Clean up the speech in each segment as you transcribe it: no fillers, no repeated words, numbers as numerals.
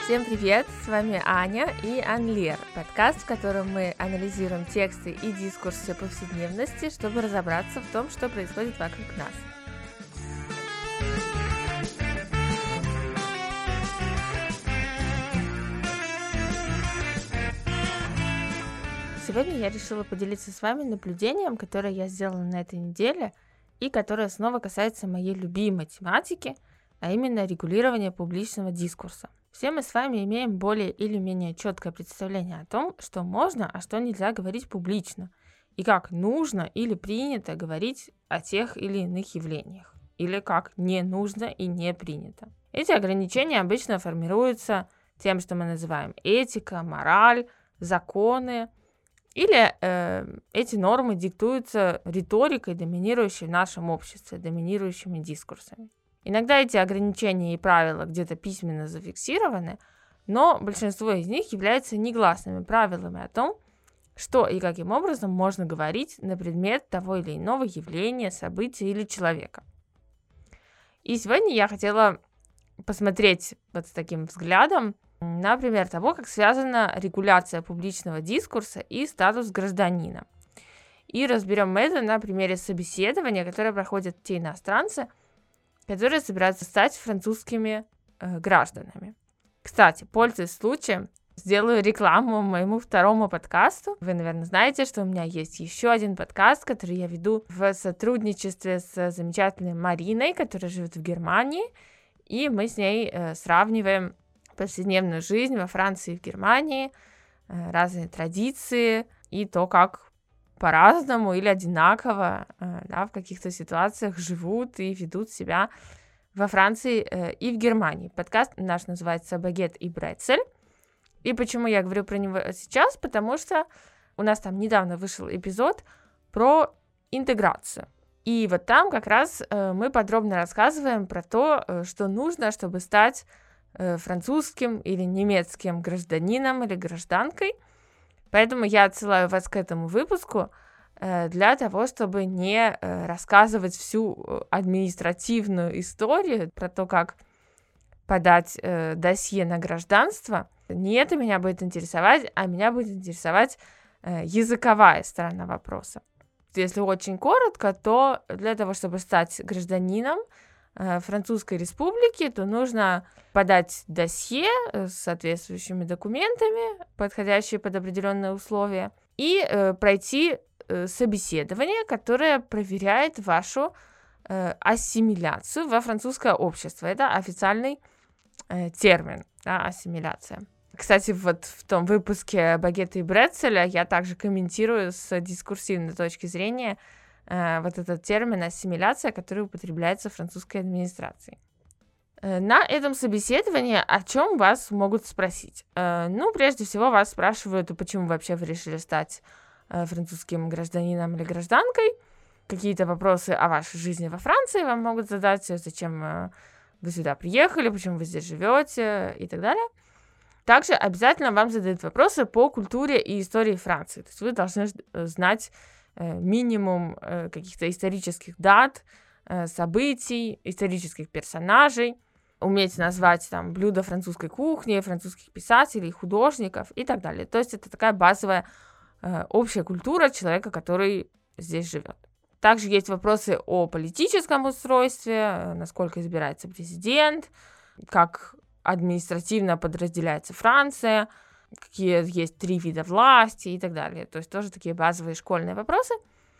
Всем привет! С вами Аня и Анлер, подкаст, в котором мы анализируем тексты и дискурсы повседневности, чтобы разобраться в том, что происходит вокруг нас. Сегодня я решила поделиться с вами наблюдением, которое я сделала на этой неделе и которое снова касается моей любимой тематики, а именно регулирования публичного дискурса. Все мы с вами имеем более или менее четкое представление о том, что можно, а что нельзя говорить публично, и как нужно или принято говорить о тех или иных явлениях, или как не нужно и не принято. Эти ограничения обычно формируются тем, что мы называем этика, мораль, законы, или эти нормы диктуются риторикой, доминирующей в нашем обществе, доминирующими дискурсами. Иногда эти ограничения и правила где-то письменно зафиксированы, но большинство из них являются негласными правилами о том, что и каким образом можно говорить на предмет того или иного явления, события или человека. И сегодня я хотела посмотреть вот с таким взглядом на пример того, как связана регуляция публичного дискурса и статус гражданина. И разберем это на примере собеседования, которое проходят те иностранцы, которые собираются стать французскими гражданами. Кстати, пользуясь случаем, сделаю рекламу моему второму подкасту. Вы, наверное, знаете, что у меня есть еще один подкаст, который я веду в сотрудничестве с замечательной Мариной, которая живет в Германии, и мы с ней сравниваем повседневную жизнь во Франции и в Германии, разные традиции и то, как по-разному или одинаково в каких-то ситуациях живут и ведут себя во Франции и в Германии. Подкаст наш называется «Багет и Брецель». И почему я говорю про него сейчас? Потому что у нас там недавно вышел эпизод про интеграцию. И вот там как раз мы подробно рассказываем про то, что нужно, чтобы стать французским или немецким гражданином или гражданкой. Поэтому я отсылаю вас к этому выпуску для того, чтобы не рассказывать всю административную историю про то, как подать досье на гражданство. Не это меня будет интересовать, а меня будет интересовать языковая сторона вопроса. Если очень коротко, то для того, чтобы стать гражданином Французской Республики, то нужно подать досье с соответствующими документами, подходящие под определенные условия, и пройти собеседование, которое проверяет вашу ассимиляцию во французское общество. Это официальный термин, ассимиляция. Кстати, вот в том выпуске «Багета и Брецеля» я также комментирую с дискурсивной точки зрения вот этот термин ассимиляция, который употребляется французской администрацией. На этом собеседовании о чем вас могут спросить? Прежде всего вас спрашивают, почему вообще вы решили стать французским гражданином или гражданкой. Какие-то вопросы о вашей жизни во Франции вам могут задать, зачем вы сюда приехали, почему вы здесь живете и так далее. Также обязательно вам задают вопросы по культуре и истории Франции. То есть вы должны знать минимум каких-то исторических дат, событий, исторических персонажей, уметь назвать там блюда французской кухни, французских писателей, художников и так далее. То есть это такая базовая общая культура человека, который здесь живет. Также есть вопросы о политическом устройстве, насколько избирается президент, как административно подразделяется Франция, какие есть 3 вида власти и так далее. То есть тоже такие базовые школьные вопросы.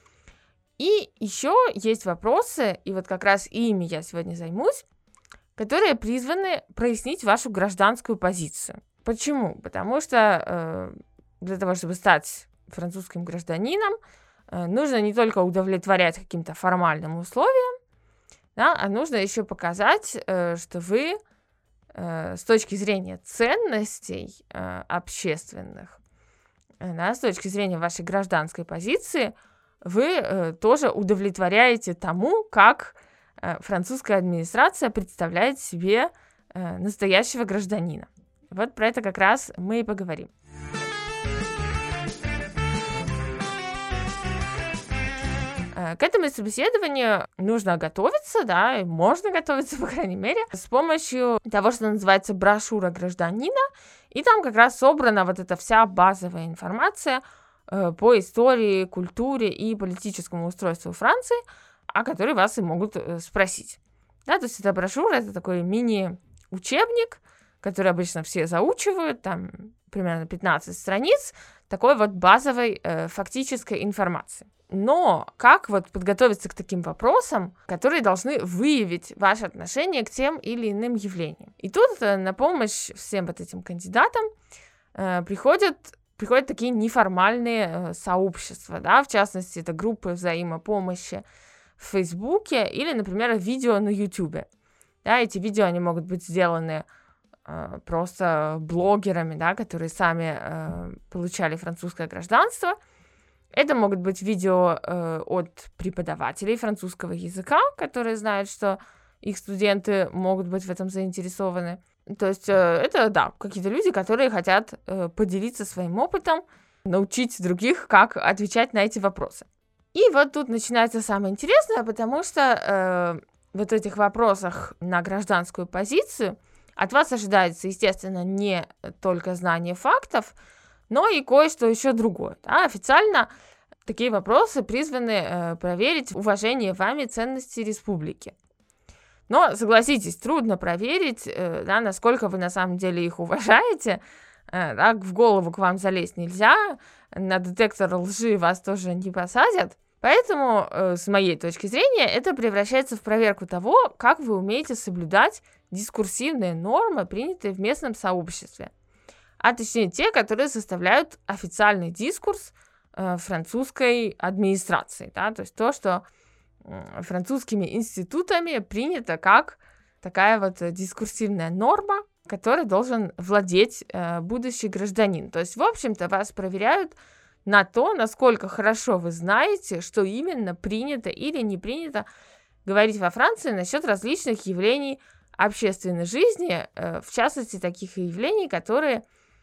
И еще есть вопросы, и вот как раз ими я сегодня займусь, которые призваны прояснить вашу гражданскую позицию. Почему? Потому что для того, чтобы стать французским гражданином, нужно не только удовлетворять каким-то формальным условиям, а нужно еще показать, что вы с точки зрения ценностей общественных, с точки зрения вашей гражданской позиции, вы тоже удовлетворяете тому, как французская администрация представляет себе настоящего гражданина. Вот про это как раз мы и поговорим. К этому собеседованию нужно готовиться, да, и можно готовиться, по крайней мере, с помощью того, что называется брошюра гражданина, и там как раз собрана вот эта вся базовая информация по истории, культуре и политическому устройству Франции, о которой вас и могут спросить. Да, то есть эта брошюра — это такой мини-учебник, который обычно все заучивают, там примерно 15 страниц, такой вот базовой фактической информации. Но как вот подготовиться к таким вопросам, которые должны выявить ваше отношение к тем или иным явлениям? И тут на помощь всем вот этим кандидатам приходят такие неформальные сообщества, да, в частности, это группы взаимопомощи в Фейсбуке или, например, видео на Ютубе. Да, эти видео, они могут быть сделаны просто блогерами, да, которые сами получали французское гражданство. Это могут быть видео от преподавателей французского языка, которые знают, что их студенты могут быть в этом заинтересованы. То есть это, да, какие-то люди, которые хотят поделиться своим опытом, научить других, как отвечать на эти вопросы. И вот тут начинается самое интересное, потому что вот в этих вопросах на гражданскую позицию от вас ожидается, естественно, не только знание фактов, но и кое-что еще другое. Да? Официально такие вопросы призваны проверить уважение вами ценностей республики. Но, согласитесь, трудно проверить, да, насколько вы на самом деле их уважаете. Да, в голову к вам залезть нельзя, на детектор лжи вас тоже не посадят. Поэтому, с моей точки зрения, это превращается в проверку того, как вы умеете соблюдать дискурсивные нормы, принятые в местном сообществе. А точнее, те, которые составляют официальный дискурс французской администрации. Да? То есть то, что французскими институтами принято как такая вот дискурсивная норма, которой должен владеть будущий гражданин. То есть, в общем-то, вас проверяют на то, насколько хорошо вы знаете, что именно принято или не принято говорить во Франции насчет различных явлений общественной жизни, в частности, таких явлений, которые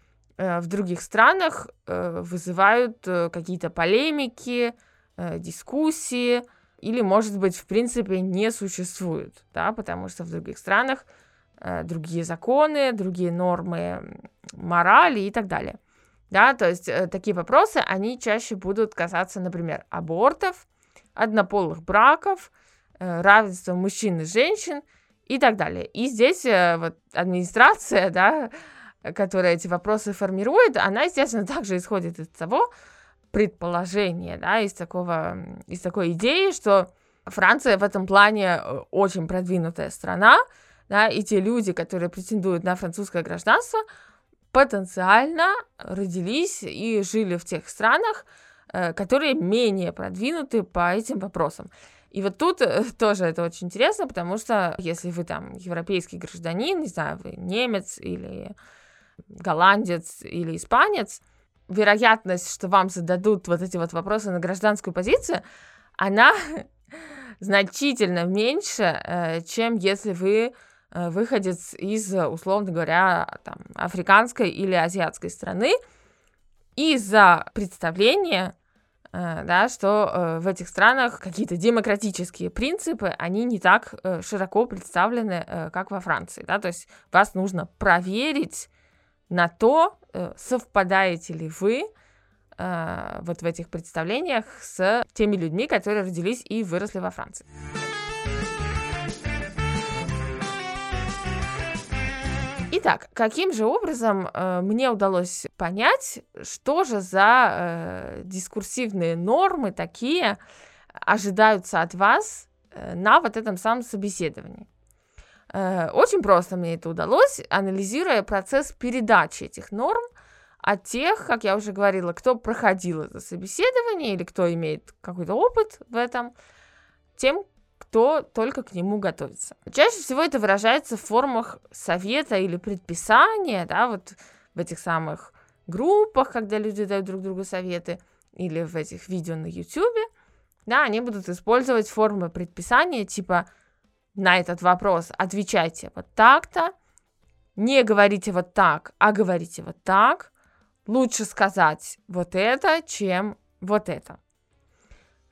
в других странах вызывают какие-то полемики, дискуссии, или, может быть, в принципе, не существуют, да, потому что в других странах другие законы, другие нормы морали и так далее. Да, то есть такие вопросы, они чаще будут касаться, например, абортов, однополых браков, равенства мужчин и женщин и так далее. И здесь вот администрация, да, которая эти вопросы формирует, она, естественно, также исходит из того предположения, да, из такой идеи, что Франция в этом плане очень продвинутая страна, да, и те люди, которые претендуют на французское гражданство, потенциально родились и жили в тех странах, которые менее продвинуты по этим вопросам. И вот тут тоже это очень интересно, потому что если вы там европейский гражданин, не знаю, вы немец или голландец или испанец, вероятность, что вам зададут вот эти вот вопросы на гражданскую позицию, она значительно меньше, чем если вы выходец из, условно говоря, там, африканской или азиатской страны, из-за представления, да, что в этих странах какие-то демократические принципы, они не так широко представлены, как во Франции. Да? То есть вас нужно проверить на то, совпадаете ли вы вот в этих представлениях с теми людьми, которые родились и выросли во Франции. Итак, каким же образом мне удалось понять, что же за дискурсивные нормы такие ожидаются от вас на вот этом самом собеседовании? Очень просто мне это удалось, анализируя процесс передачи этих норм от тех, как я уже говорила, кто проходил это собеседование или кто имеет какой-то опыт в этом, тем, кто только к нему готовится. Чаще всего это выражается в формах совета или предписания, да, вот в этих самых группах, когда люди дают друг другу советы, или в этих видео на YouTube, да, они будут использовать формы предписания, типа на этот вопрос отвечайте вот так-то, не говорите вот так, а говорите вот так, лучше сказать вот это, чем вот это.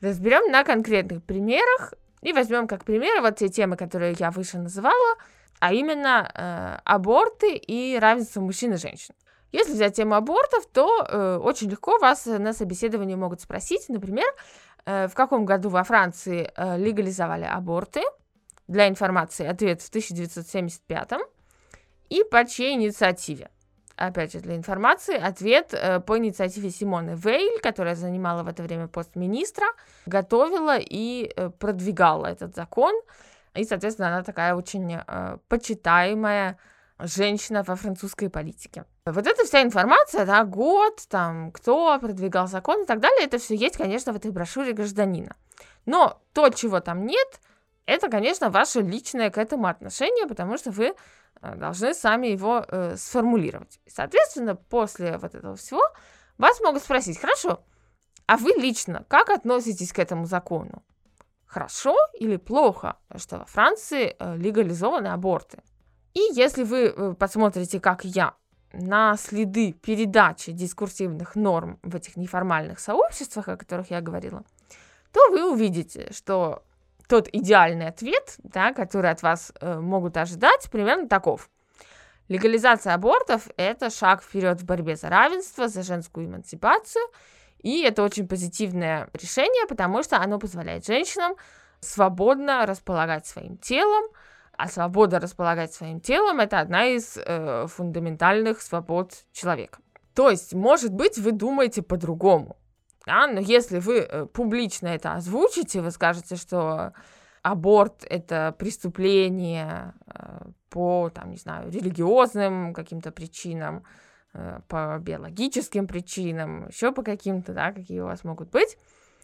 Разберем на конкретных примерах и возьмем как пример вот те темы, которые я выше называла, а именно аборты и равенство мужчин и женщин. Если взять тему абортов, то очень легко вас на собеседовании могут спросить, например, в каком году во Франции легализовали аборты. Для информации ответ в 1975 и по чьей инициативе. Опять же, для информации ответ по инициативе Симоны Вейль, которая занимала в это время пост министра, готовила и продвигала этот закон. И, соответственно, она такая очень почитаемая женщина во французской политике. Вот эта вся информация, да, год, там, кто продвигал закон и так далее, это все есть, конечно, в этой брошюре гражданина. Но то, чего там нет, это, конечно, ваше личное к этому отношение, потому что вы должны сами его сформулировать. Соответственно, после вот этого всего вас могут спросить: хорошо, а вы лично как относитесь к этому закону? Хорошо или плохо, что во Франции легализованы аборты? И если вы посмотрите, как я, на следы передачи дискурсивных норм в этих неформальных сообществах, о которых я говорила, то вы увидите, что тот идеальный ответ, да, который от вас могут ожидать, примерно таков. Легализация абортов – это шаг вперед в борьбе за равенство, за женскую эмансипацию, и это очень позитивное решение, потому что оно позволяет женщинам свободно располагать своим телом, а свобода располагать своим телом – это одна из фундаментальных свобод человека. То есть, может быть, вы думаете по-другому. Да, но если вы публично это озвучите, вы скажете, что аборт – это преступление по, там, не знаю, религиозным каким-то причинам, по биологическим причинам, еще по каким-то, да, какие у вас могут быть,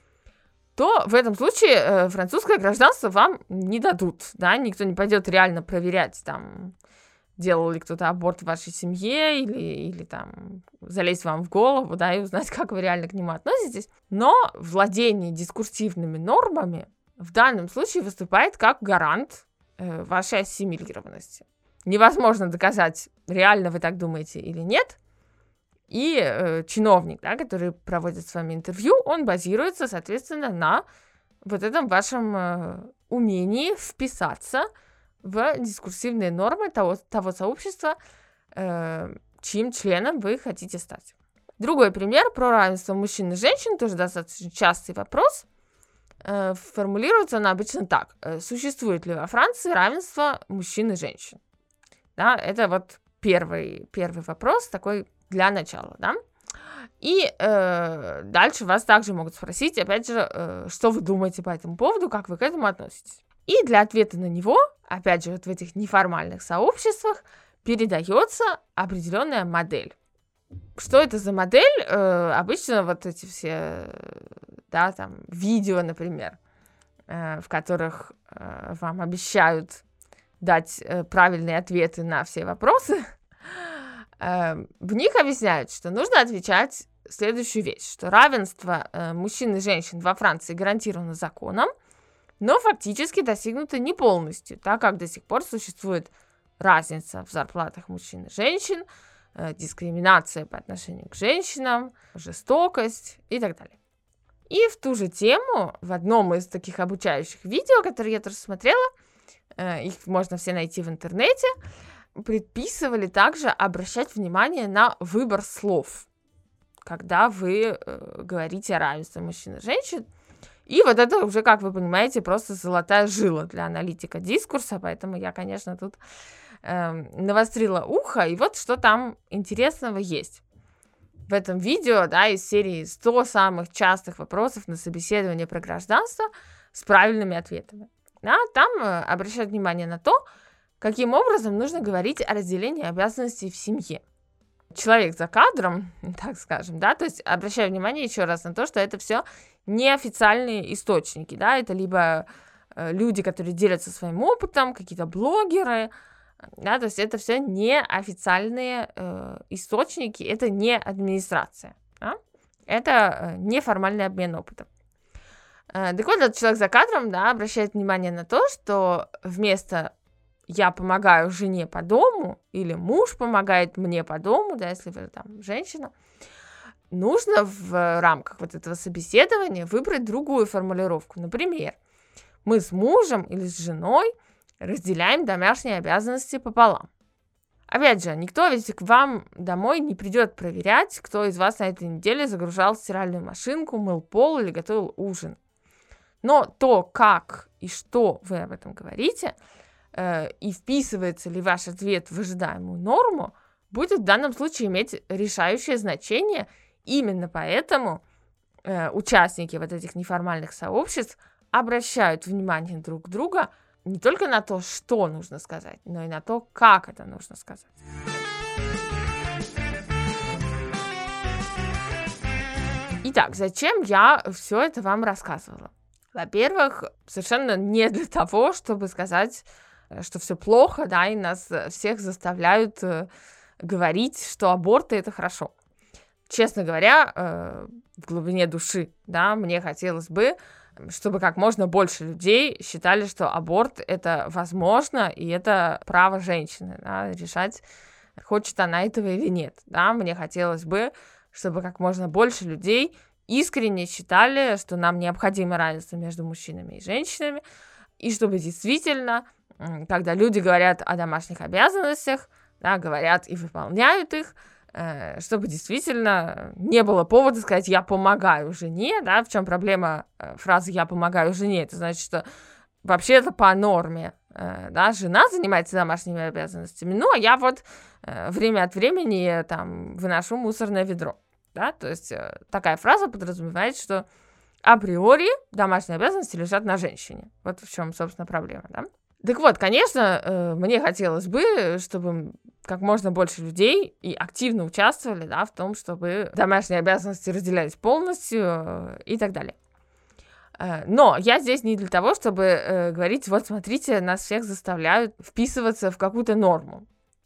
то в этом случае французское гражданство вам не дадут, да, никто не пойдет реально проверять, там, делал ли кто-то аборт в вашей семье, или там залезть вам в голову, да, и узнать, как вы реально к нему относитесь. Но владение дискурсивными нормами в данном случае выступает как гарант вашей ассимилированности. Невозможно доказать, реально вы так думаете или нет. И чиновник, да, который проводит с вами интервью, он базируется, соответственно, на вот этом вашем умении вписаться в дискурсивные нормы того сообщества, чьим членом вы хотите стать. Другой пример про равенство мужчин и женщин, тоже достаточно частый вопрос. Формулируется он обычно так. Существует ли во Франции равенство мужчин и женщин? Да, это вот первый вопрос, такой для начала, да. И дальше вас также могут спросить, опять же, что вы думаете по этому поводу, как вы к этому относитесь. И для ответа на него, опять же, вот в этих неформальных сообществах передается определенная модель. Что это за модель? Обычно вот эти все, да, там, видео, например, в которых вам обещают дать правильные ответы на все вопросы, в них объясняют, что нужно отвечать следующую вещь, что равенство мужчин и женщин во Франции гарантировано законом, но фактически достигнуто не полностью, так как до сих пор существует разница в зарплатах мужчин и женщин, дискриминация по отношению к женщинам, жестокость и так далее. И в ту же тему в одном из таких обучающих видео, которые я тоже смотрела, их можно все найти в интернете, предписывали также обращать внимание на выбор слов, когда вы говорите о равенстве мужчин и женщин. И вот это уже, как вы понимаете, просто золотая жила для аналитика дискурса, поэтому я, конечно, тут навострила ухо, и вот что там интересного есть. В этом видео, да, из серии 100 самых частых вопросов на собеседование про гражданство с правильными ответами. Да, там обращают внимание на то, каким образом нужно говорить о разделении обязанностей в семье. Человек за кадром, так скажем, да, то есть обращаю внимание еще раз на то, что это все неофициальные источники, да, это либо люди, которые делятся своим опытом, какие-то блогеры, да, то есть это все неофициальные источники, это не администрация, да? Это неформальный обмен опытом. Так вот, этот человек за кадром, да, обращает внимание на то, что вместо «я помогаю жене по дому» или «муж помогает мне по дому», да, если вы там женщина, нужно в рамках вот этого собеседования выбрать другую формулировку. Например, мы с мужем или с женой разделяем домашние обязанности пополам. Опять же, никто ведь к вам домой не придет проверять, кто из вас на этой неделе загружал стиральную машинку, мыл пол или готовил ужин. Но то, как и что вы об этом говорите, и вписывается ли ваш ответ в ожидаемую норму, будет в данном случае иметь решающее значение. Именно поэтому участники вот этих неформальных сообществ обращают внимание друг друга не только на то, что нужно сказать, но и на то, как это нужно сказать. Итак, зачем я все это вам рассказывала? Во-первых, совершенно не для того, чтобы сказать, что все плохо, да, и нас всех заставляют говорить, что аборты — это хорошо. Честно говоря, в глубине души, да, мне хотелось бы, чтобы как можно больше людей считали, что аборт — это возможно, и это право женщины, да, решать, хочет она этого или нет. Да. Мне хотелось бы, чтобы как можно больше людей искренне считали, что нам необходимо равенство между мужчинами и женщинами, и чтобы действительно, когда люди говорят о домашних обязанностях, да, говорят и выполняют их, чтобы действительно не было повода сказать «я помогаю жене», да, в чем проблема фразы «я помогаю жене», это значит, что вообще это по норме, да, жена занимается домашними обязанностями, ну, а я вот время от времени там выношу мусорное ведро, да, то есть такая фраза подразумевает, что априори домашние обязанности лежат на женщине, вот в чем, собственно, проблема, да. Так вот, конечно, мне хотелось бы, чтобы как можно больше людей и активно участвовали, да, в том, чтобы домашние обязанности разделялись полностью и так далее. Но я здесь не для того, чтобы говорить, вот смотрите, нас всех заставляют вписываться в какую-то норму.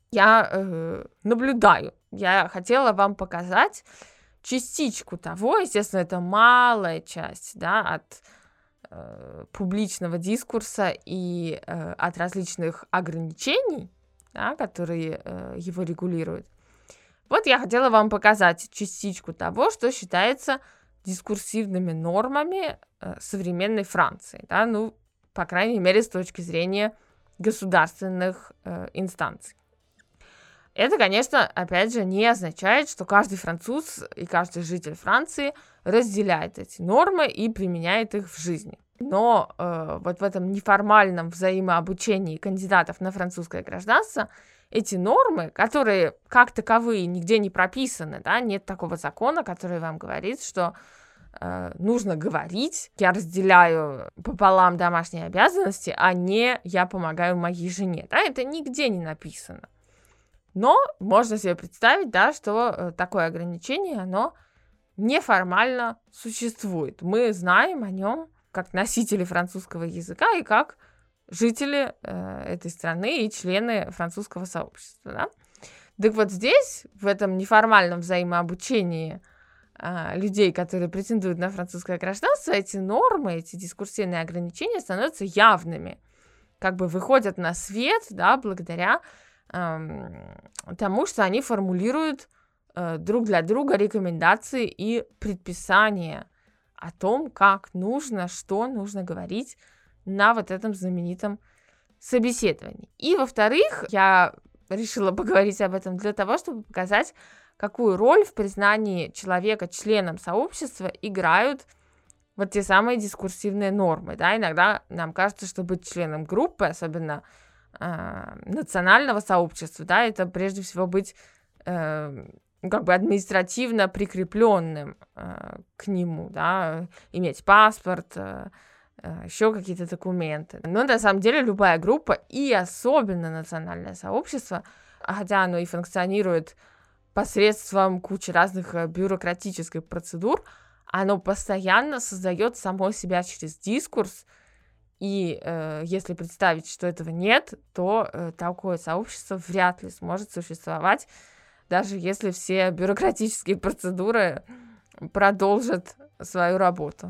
Я наблюдаю. Я хотела вам показать частичку того, естественно, это малая часть, да, от публичного дискурса и от различных ограничений, да, которые его регулируют. Вот я хотела вам показать частичку того, что считается дискурсивными нормами современной Франции, да, ну, по крайней мере, с точки зрения государственных инстанций. Это, конечно, опять же, не означает, что каждый француз и каждый житель Франции разделяет эти нормы и применяет их в жизни. Но вот в этом неформальном взаимообучении кандидатов на французское гражданство эти нормы, которые как таковые нигде не прописаны, да, нет такого закона, который вам говорит, что нужно говорить, я разделяю пополам домашние обязанности, а не я помогаю моей жене. Да, это нигде не написано. Но можно себе представить, да, что такое ограничение, оно неформально существует. Мы знаем о нем как носители французского языка и как жители этой страны и члены французского сообщества. Да? Так вот здесь, в этом неформальном взаимообучении людей, которые претендуют на французское гражданство, эти нормы, эти дискурсивные ограничения становятся явными, как бы выходят на свет, да, благодаря тому, что они формулируют друг для друга рекомендации и предписания о том, как нужно, что нужно говорить на вот этом знаменитом собеседовании. И, во-вторых, я решила поговорить об этом для того, чтобы показать, какую роль в признании человека членом сообщества играют вот те самые дискурсивные нормы. Да? Иногда нам кажется, что быть членом группы, особенно национального сообщества, да, это прежде всего быть как бы административно прикрепленным к нему, да, иметь паспорт, еще какие-то документы. Но на самом деле любая группа, и особенно национальное сообщество, хотя оно и функционирует посредством кучи разных бюрократических процедур, оно постоянно создает само себя через дискурс, и если представить, что этого нет, то такое сообщество вряд ли сможет существовать, даже если все бюрократические процедуры продолжат свою работу.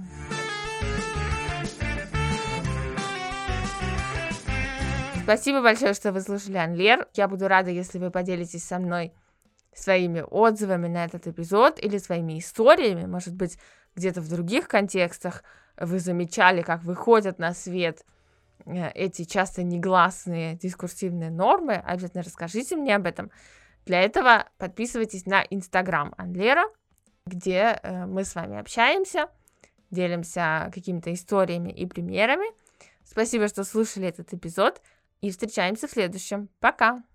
Спасибо большое, что вы слушали Анлер. Я буду рада, если вы поделитесь со мной своими отзывами на этот эпизод или своими историями. Может быть, где-то в других контекстах вы замечали, как выходят на свет эти часто негласные дискурсивные нормы. Обязательно расскажите мне об этом. Для этого подписывайтесь на Instagram Анлера, где мы с вами общаемся, делимся какими-то историями и примерами. Спасибо, что слушали этот эпизод, и встречаемся в следующем. Пока!